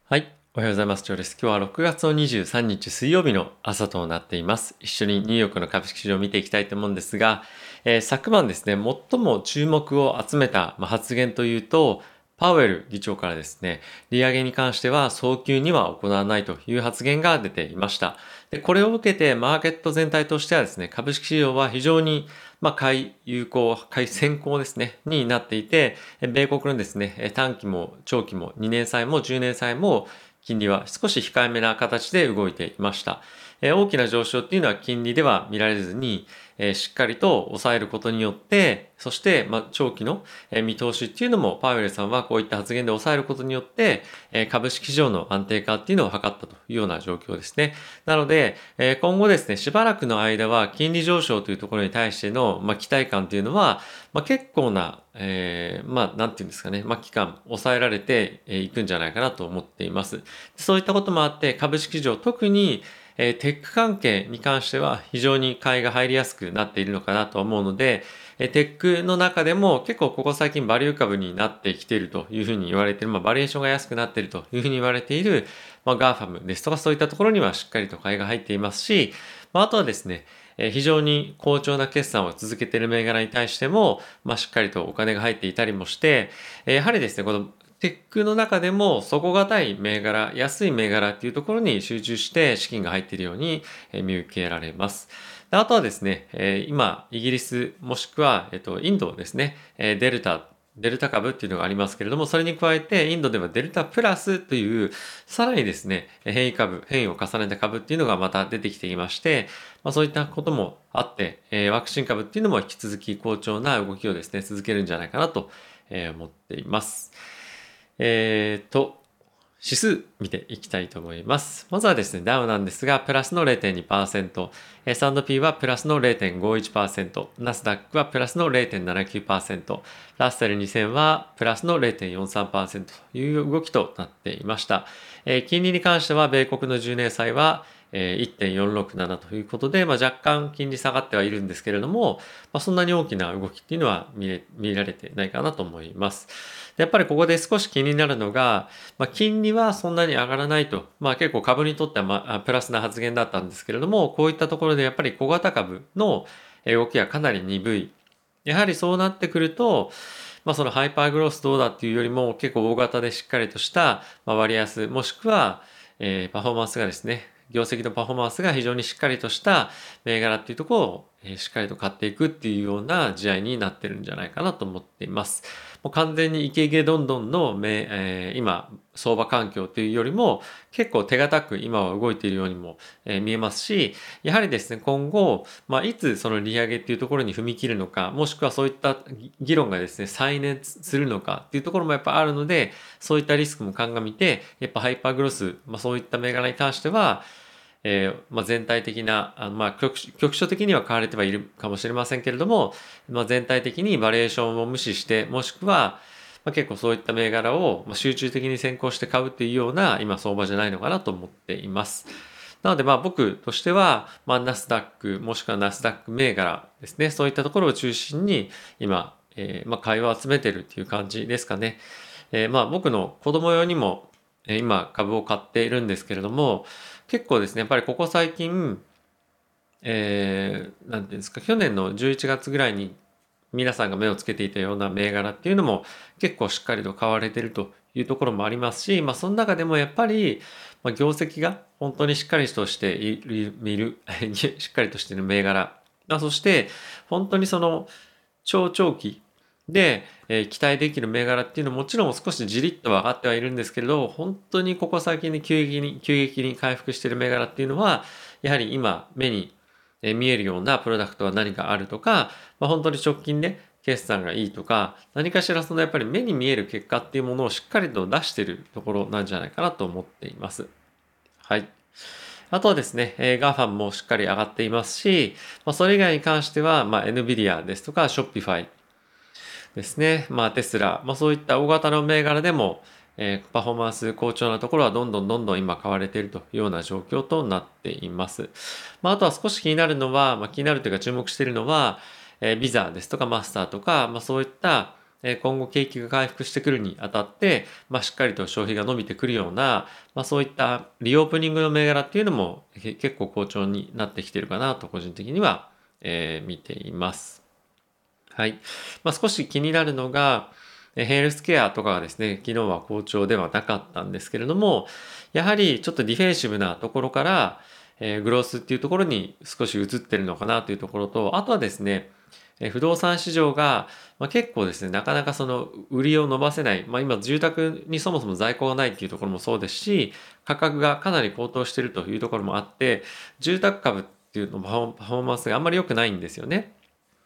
はい。おはようございます。ジョーです。今日は6月の23日水曜日の朝となっています。一緒にニューヨークの株式市場を見ていきたいと思うんですが、昨晩ですね、最も注目を集めた、発言というと、パウエル議長からですね、利上げに関しては早急には行わないという発言が出ていました。で、これを受けてマーケット全体としてはですね、株式市場は非常に買い有効、買い先行ですね、になっていて、米国のですね、短期も長期も2年債も10年債も金利は少し控えめな形で動いていました。大きな上昇っていうのは金利では見られずに、しっかりと抑えることによって、そして、長期の見通しっていうのもパウエルさんはこういった発言で抑えることによって、株式市場の安定化っていうのを図ったというような状況ですね。なので、今後ですね、しばらくの間は金利上昇というところに対しての、期待感というのは、結構な、なんていうんですかね、期間抑えられていくんじゃないかなと思っています。そういったこともあって、株式市場、特にテック関係に関しては非常に買いが入りやすくなっているのかなと思うので、テックの中でも結構ここ最近バリュー株になってきているというふうに言われている、バリエーションが安くなっているというふうに言われている、ガーファムですとかそういったところにはしっかりと買いが入っていますし、あとはですね、非常に好調な決算を続けている銘柄に対しても、しっかりとお金が入っていたりもして、やはりですね、このテックの中でも底堅い銘柄、安い銘柄っていうところに集中して資金が入っているように見受けられます。あとはですね、今、イギリスもしくは、インドですね、デルタ株っていうのがありますけれども、それに加えてインドではデルタプラスという、さらにですね、変異を重ねた株っていうのがまた出てきていまして、そういったこともあって、ワクチン株っていうのも引き続き好調な動きをですね、続けるんじゃないかなと思っています。指数見ていきたいと思います。まずはですね、ダウなんですが、プラスの 0.2%、S&P はプラスの 0.51%、ナスダックはプラスの 0.79%、ラッセル2000はプラスの 0.43% という動きとなっていました。金利に関しては、米国の10年債は1.467ということで、若干金利下がってはいるんですけれども、そんなに大きな動きっていうのは見られてないかなと思います。でやっぱりここで少し気になるのが、金利はそんなに上がらないと、結構株にとっては、プラスな発言だったんですけれども、こういったところでやっぱり小型株の動きはかなり鈍い。やはりそうなってくると、そのハイパーグロースどうだっていうよりも結構大型でしっかりとした、割安もしくは、パフォーマンスがですね、業績のパフォーマンスが非常にしっかりとした銘柄っていうところをしっかりと買っていくっていうような試合になってるんじゃないかなと思っています。もう完全にイケイケどんどんの今相場環境というよりも結構手堅く今は動いているようにも見えますし、やはりですね、今後、いつその利上げっていうところに踏み切るのか、もしくはそういった議論がですね、再燃するのかっていうところもやっぱあるので、そういったリスクも鑑みて、やっぱハイパーグロス、そういった銘柄に関しては、全体的な、局所的には買われてはいるかもしれませんけれども、全体的にバリエーションを無視して、もしくは、結構そういった銘柄を集中的に先行して買うっていうような今相場じゃないのかなと思っています。なので僕としては、ナスダックもしくはナスダック銘柄ですね、そういったところを中心に今、買いを集めてるっていう感じですかね。僕の子供用にも今株を買っているんですけれども、結構ですね、やっぱりここ最近、なんていうんですか、去年の11月ぐらいに皆さんが目をつけていたような銘柄っていうのも結構しっかりと買われているというところもありますし、その中でもやっぱり、業績が本当にしっかりとしている、しっかりとしている銘柄、そして本当にその長期で、期待できる銘柄っていうのももちろん少しじりっと上がってはいるんですけれど、本当にここ最近に急激に回復している銘柄っていうのは、やはり今目に見えるようなプロダクトは何かあるとか、本当に直近で決算がいいとか、何かしらそのやっぱり目に見える結果っていうものをしっかりと出しているところなんじゃないかなと思っています。はい。あとはですね、ガーファンもしっかり上がっていますし、それ以外に関しては、NVIDIA ですとか、Shopify ですね。テスラ、そういった大型の銘柄でも、パフォーマンス好調なところはどんどん今買われているというような状況となっています。あとは少し気になるというか注目しているのは、ビザですとかマスターとか、そういった今後景気が回復してくるにあたって、しっかりと消費が伸びてくるような、そういったリオープニングの銘柄っていうのも結構好調になってきてるかなと個人的には、見ています。はい。少し気になるのが、ヘルスケアとかがですね、昨日は好調ではなかったんですけれども、やはりちょっとディフェンシブなところから、グロースっていうところに少し移ってるのかなというところと、あとはですね、不動産市場が、結構ですね、なかなかその売りを伸ばせない、今住宅にそもそも在庫がないっていうところもそうですし、価格がかなり高騰しているというところもあって、住宅株っていうのパフォーマンスがあんまり良くないんですよね。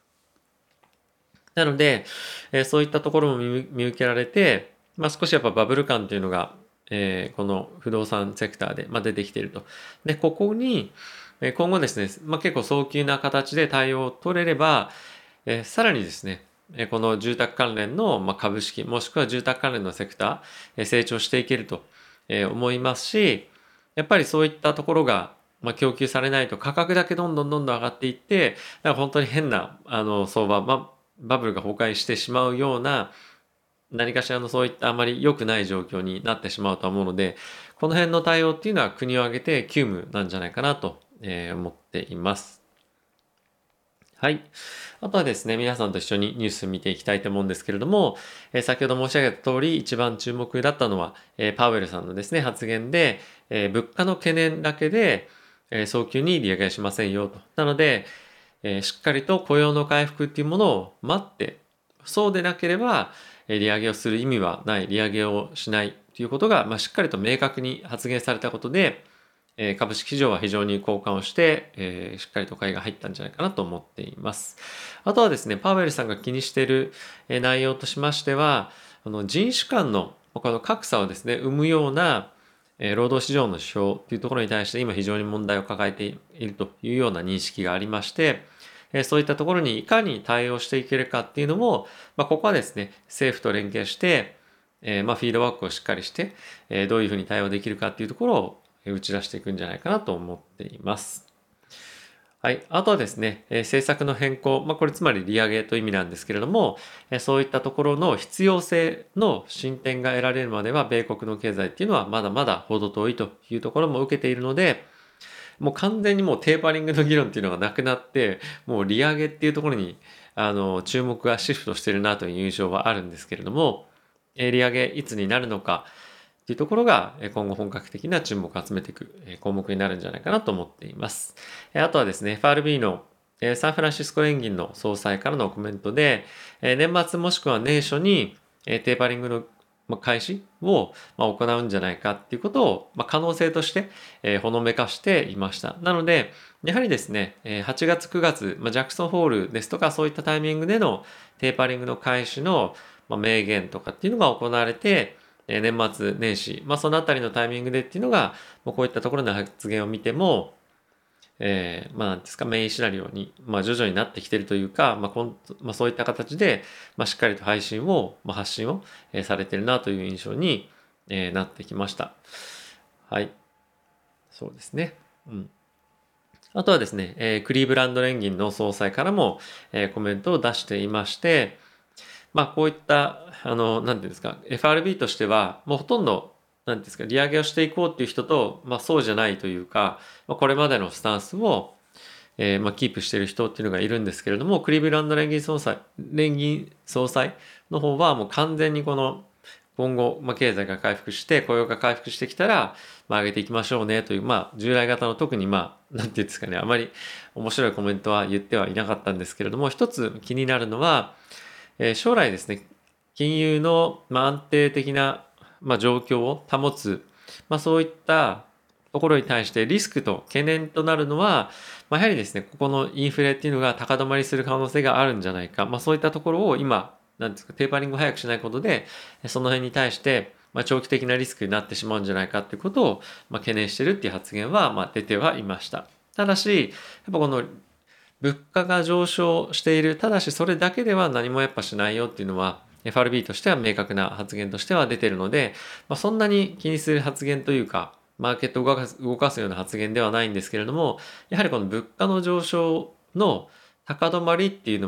なので、そういったところも見受けられて、少しやっぱバブル感っていうのが、この不動産セクターで、出てきていると。で、ここに、今後ですね、結構早急な形で対応を取れれば、さらにですね、この住宅関連の株式、もしくは住宅関連のセクター、成長していけると思いますし、やっぱりそういったところが、供給されないと価格だけどんどんどんどん上がっていって、だから本当に変な相場、バブルが崩壊してしまうような何かしらのそういったあまり良くない状況になってしまうと思うので、この辺の対応っていうのは国を挙げて急務なんじゃないかなと思っています。はい。あとはですね、皆さんと一緒にニュース見ていきたいと思うんですけれども、先ほど申し上げた通り、一番注目だったのは、パウエルさんのですね、発言で、物価の懸念だけで、早急に利上げはしませんよと。なので、しっかりと雇用の回復っていうものを待って、そうでなければ、利上げをする意味はない、利上げをしないということが、しっかりと明確に発言されたことで、株式市場は非常に好感をして、しっかりと買いが入ったんじゃないかなと思っています。あとはですね、パウエルさんが気にしている内容としましては、人種間のこの格差をですね、生むような労働市場の指標というところに対して今非常に問題を抱えているというような認識がありまして、そういったところにいかに対応していけるかっていうのも、ここはですね、政府と連携して、フィードバックをしっかりして、どういうふうに対応できるかっていうところを打ち出していくんじゃないかなと思っています。はい。あとはですね、政策の変更、これつまり利上げという意味なんですけれども、そういったところの必要性の進展が得られるまでは、米国の経済っていうのはまだまだ程遠いというところも受けているので、もう完全にもうテーパリングの議論っていうのがなくなって、もう利上げっていうところに、注目がシフトしてるなという印象はあるんですけれども、利上げいつになるのかっていうところが、今後本格的な注目を集めていく項目になるんじゃないかなと思っています。あとはですね、FRB のサンフランシスコ連銀の総裁からのコメントで、年末もしくは年初にテーパリングの開始を行うんじゃないかっていうことを可能性としてほのめかしていました。なので、やはりですね、8月9月、ジャクソンホールですとかそういったタイミングでのテーパリングの開始の明言とかっていうのが行われて、年末年始、そのあたりのタイミングでっていうのが、こういったところの発言を見ても、なんですか、メインシナリオに、徐々になってきているというか、そういった形で、しっかりと配信を、発信を、されてるなという印象に、なってきました。はい。そうですね。うん。あとはですね、クリーブランド連銀の総裁からも、コメントを出していまして、こういった、なんていうんですか、FRB としては、もうほとんど、なんていうんですか、利上げをしていこうっていう人と、そうじゃないというか、これまでのスタンスを、キープしている人っていうのがいるんですけれども、クリーブランド連銀総裁の方はもう完全にこの、今後、経済が回復して、雇用が回復してきたら、上げていきましょうねという、従来型の特になんていうんですかね、あまり面白いコメントは言ってはいなかったんですけれども、一つ気になるのは、将来ですね、金融の安定的な状況を保つ、そういったところに対してリスクと懸念となるのは、やはりですね、ここのインフレっていうのが高止まりする可能性があるんじゃないか、そういったところを今、なんですか、テーパリングを早くしないことで、その辺に対して、長期的なリスクになってしまうんじゃないかっていうことを、懸念してるっていう発言は、出てはいました。ただし、やっぱこの物価が上昇している。ただしそれだけでは何もやっぱしないよっていうのは FRB としては明確な発言としては出ているので、そんなに気にする発言というか、マーケットを動かすような発言ではないんですけれども、やはりこの物価の上昇の高止まりっていうのも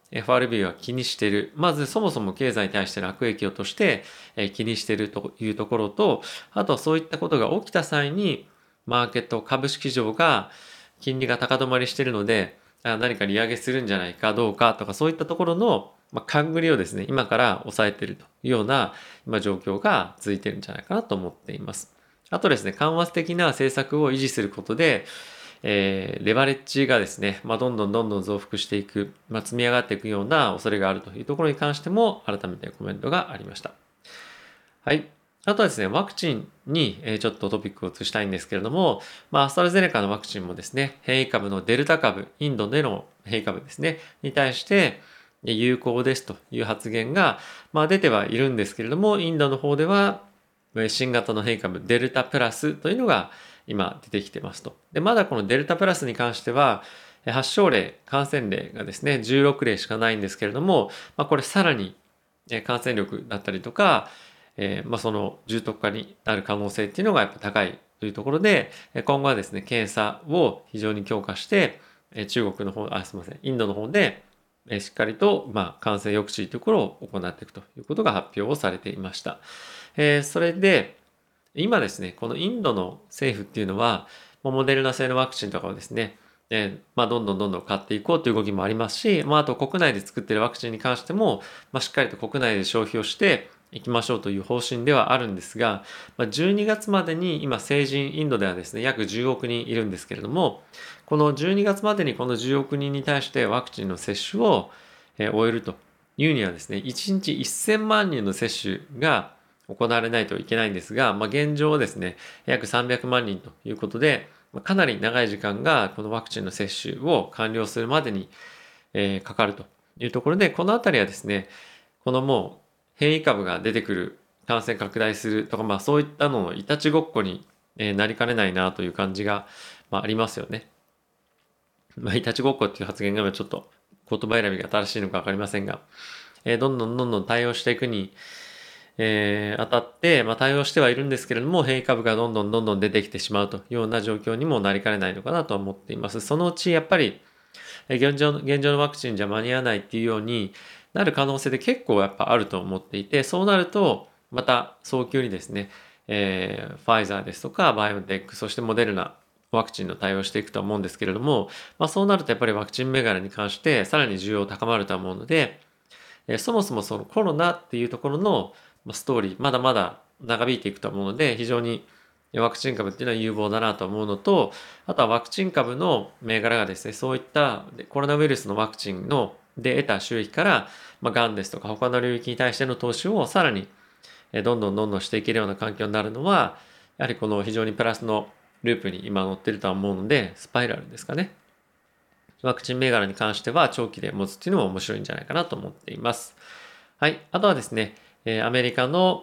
FRB は気にしている。まずそもそも経済に対しての悪影響として気にしているというところと、あとはそういったことが起きた際に、マーケット、株式市場が金利が高止まりしているので、何か利上げするんじゃないかどうかとか、そういったところの勘繰りをですね、今から抑えているというような今状況が続いているんじゃないかなと思っています。あとですね、緩和的な政策を維持することで、レバレッジがですね、どんどん増幅していく、積み上がっていくような恐れがあるというところに関しても、改めてコメントがありました。はい。あとはですね、ワクチンにちょっとトピックを移したいんですけれども、アストラゼネカのワクチンもですね、変異株のデルタ株、インドでの変異株ですね、に対して有効ですという発言が、出てはいるんですけれども、インドの方では新型の変異株デルタプラスというのが今出てきてますと。で、まだこのデルタプラスに関しては、発症例、感染例がですね、16例しかないんですけれども、これさらに感染力だったりとか、その重篤化になる可能性っていうのがやっぱ高いというところで、今後はですね、検査を非常に強化して、中国の方、すみません、インドの方で、しっかりと、感染抑止というところを行っていくということが発表をされていました。それで、今ですね、このインドの政府っていうのは、モデルナ製のワクチンとかをですね、どんどん買っていこうという動きもありますし、あと国内で作っているワクチンに関しても、しっかりと国内で消費をしていきましょうという方針ではあるんですが、12月までに今成人インドではですね、約10億人いるんですけれども、この12月までにこの10億人に対してワクチンの接種を終えるというにはですね、1日1000万人の接種が行われないといけないんですが、現状はですね、約300万人ということで、かなり長い時間がこのワクチンの接種を完了するまでに、かかるというところで、このあたりはですね、このもう変異株が出てくる、感染拡大するとか、そういったののいたちごっこになりかねないなという感じが、ありますよね。いたちごっこっていう発言がちょっと言葉選びが正しいのかわかりませんが、どんどん対応していくに、当たって、対応してはいるんですけれども、変異株がどんどん出てきてしまうというような状況にもなりかねないのかなと思っています。そのうちやっぱり、現状のワクチンじゃ間に合わないっていうようになる可能性で結構やっぱあると思っていて、そうなると、また早急にですね、ファイザーですとか、バイオテック、そしてモデルナ、ワクチンの対応していくと思うんですけれども、そうなるとやっぱりワクチン銘柄に関してさらに需要高まると思うので、そもそもそのコロナっていうところのストーリー、まだまだ長引いていくと思うので、非常にワクチン株っていうのは有望だなと思うのと、あとはワクチン株の銘柄がですね、そういったコロナウイルスのワクチンので得た収益から、がんですとか他の領域に対しての投資をさらにどんどんしていけるような環境になるのは、やはりこの非常にプラスのループに今乗ってるとは思うので、スパイラルですかね。ワクチン銘柄に関しては長期で持つっていうのも面白いんじゃないかなと思っています。はい。あとはですね、アメリカの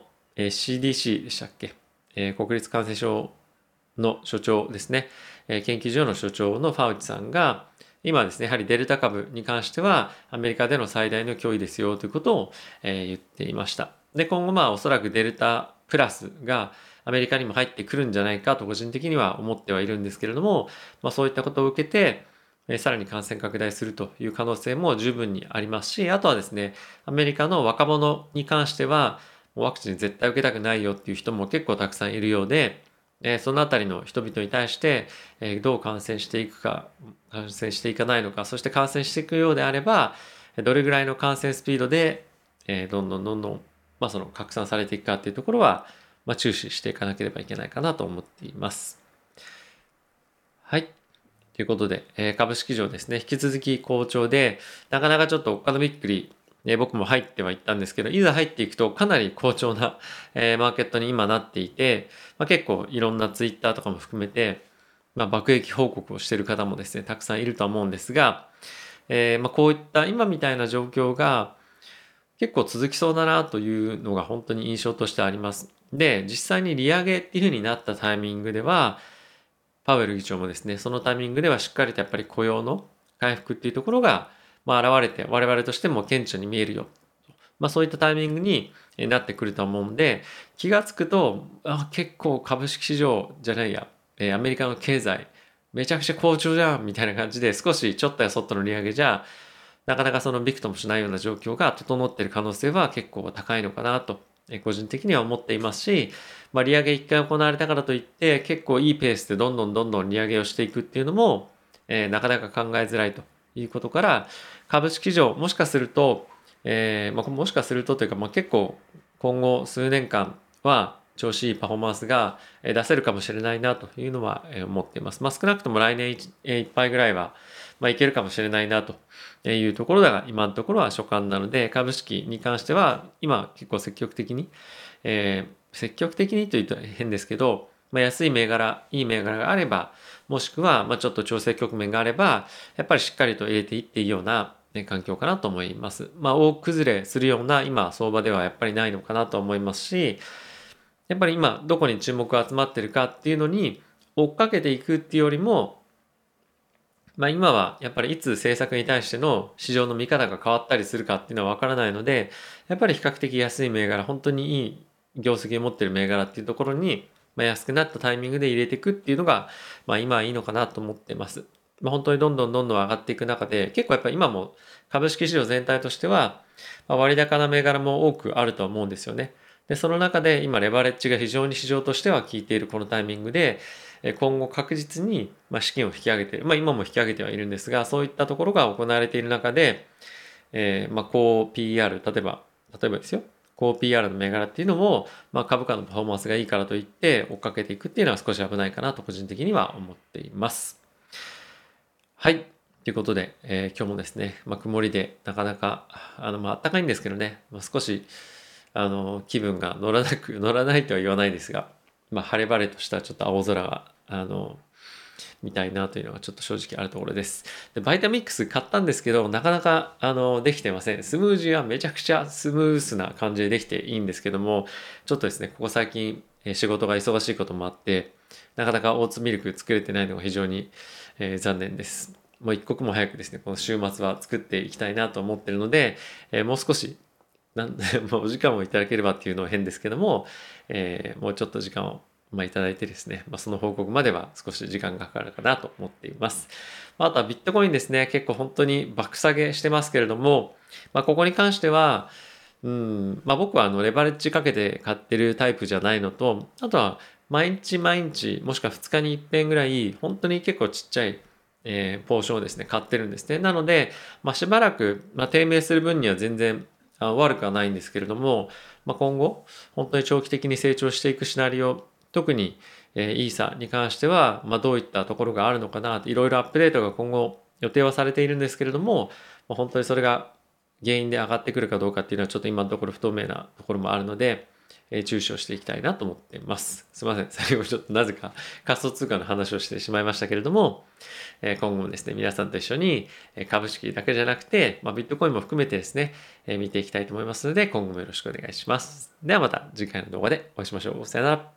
CDC でしたっけ、国立感染症の所長ですね、研究所の所長のファウチさんが、今ですね、やはりデルタ株に関してはアメリカでの最大の脅威ですよということを言っていました。で、今後おそらくデルタプラスがアメリカにも入ってくるんじゃないかと個人的には思ってはいるんですけれども、そういったことを受けて、さらに感染拡大するという可能性も十分にありますし、あとはですね、アメリカの若者に関しては、ワクチン絶対受けたくないよっていう人も結構たくさんいるようで、そのあたりの人々に対して、どう感染していくか、感染していかないのか、そして感染していくようであれば、どれぐらいの感染スピードで、どんどん、その拡散されていくかっていうところは、注視していかなければいけないかなと思っています。はい。ということで、株式市場ですね、引き続き好調で、なかなかちょっとおっかなびっくり、僕も入ってはいったんですけど、いざ入っていくとかなり好調な、マーケットに今なっていて、結構いろんなツイッターとかも含めて、爆撃報告をしている方もですね、たくさんいるとは思うんですが、こういった今みたいな状況が結構続きそうだなというのが本当に印象としてあります。で、実際に利上げっていう風になったタイミングでは、パウエル議長もですね、そのタイミングではしっかりとやっぱり雇用の回復っていうところが、現れて、我々としても顕著に見えるよ。そういったタイミングになってくると思うんで、気がつくと、結構株式市場じゃないや、アメリカの経済、めちゃくちゃ好調じゃんみたいな感じで、少しちょっとやそっとの利上げじゃ、 なかなかそのびくともしないような状況が整っている可能性は結構高いのかなと、個人的には思っていますし、利上げ1回行われたからといって結構いいペースでどんどん利上げをしていくっていうのも、なかなか考えづらいということから、株式市場もしかすると、もしかするとというか、結構今後数年間は調子いいパフォーマンスが出せるかもしれないなというのは思っています。少なくとも来年いっぱいぐらいはいけるかもしれないなというところだが、今のところは所感なので、株式に関しては今結構積極的にというと変ですけど、安い銘柄、いい銘柄があれば、もしくはちょっと調整局面があれば、やっぱりしっかりと入れていっていいような環境かなと思います。大崩れするような今相場ではやっぱりないのかなと思いますし、やっぱり今どこに注目が集まってるかっていうのに追っかけていくっていうよりも、今はやっぱりいつ政策に対しての市場の見方が変わったりするかっていうのはわからないので、やっぱり比較的安い銘柄、本当にいい業績を持っている銘柄っていうところに、安くなったタイミングで入れていくっていうのが、今はいいのかなと思っています。本当にどんどん上がっていく中で、結構やっぱり今も株式市場全体としては、割高な銘柄も多くあると思うんですよね。で、その中で今レバレッジが非常に市場としては効いているこのタイミングで、今後確実に資金を引き上げている。今も引き上げてはいるんですが、そういったところが行われている中で、高 PR、例えばですよ。高 PR の銘柄っていうのも、株価のパフォーマンスがいいからといって追っかけていくっていうのは少し危ないかなと個人的には思っています。はい。ということで、今日もですね、曇りでなかなか、暖かいんですけどね、少し、気分が乗らないとは言わないですが、晴れ晴れとしたちょっと青空が、見たいなというのがちょっと正直あるところです。で、バイタミックス買ったんですけど、なかなか、できてません。スムージーはめちゃくちゃスムースな感じでできていいんですけども、ちょっとですね、ここ最近、仕事が忙しいこともあって、なかなかオーツミルク作れてないのが非常に、残念です。もう一刻も早くですね、この週末は作っていきたいなと思ってるので、もう少し、もうお時間をいただければっていうのは変ですけども、もうちょっと時間をいただいてですね、その報告までは少し時間がかかるかなと思っています。あとはビットコインですね、結構本当に爆下げしてますけれども、ここに関しては、僕はレバレッジかけて買ってるタイプじゃないのと、あとは毎日もしくは2日に一遍ぐらい、本当に結構ちっちゃい、ポーションをですね、買ってるんですね。なので、しばらく、低迷する分には全然悪くはないんですけれども、今後、本当に長期的に成長していくシナリオ、特に、イーサに関しては、どういったところがあるのかなと、いろいろアップデートが今後予定はされているんですけれども、本当にそれが原因で上がってくるかどうかっていうのはちょっと今のところ不透明なところもあるので、注視をしていきたいなと思っています。すいません。最後ちょっとなぜか仮想通貨の話をしてしまいましたけれども、今後もですね、皆さんと一緒に株式だけじゃなくて、ビットコインも含めてですね、見ていきたいと思いますので、今後もよろしくお願いします。ではまた次回の動画でお会いしましょう。さよなら。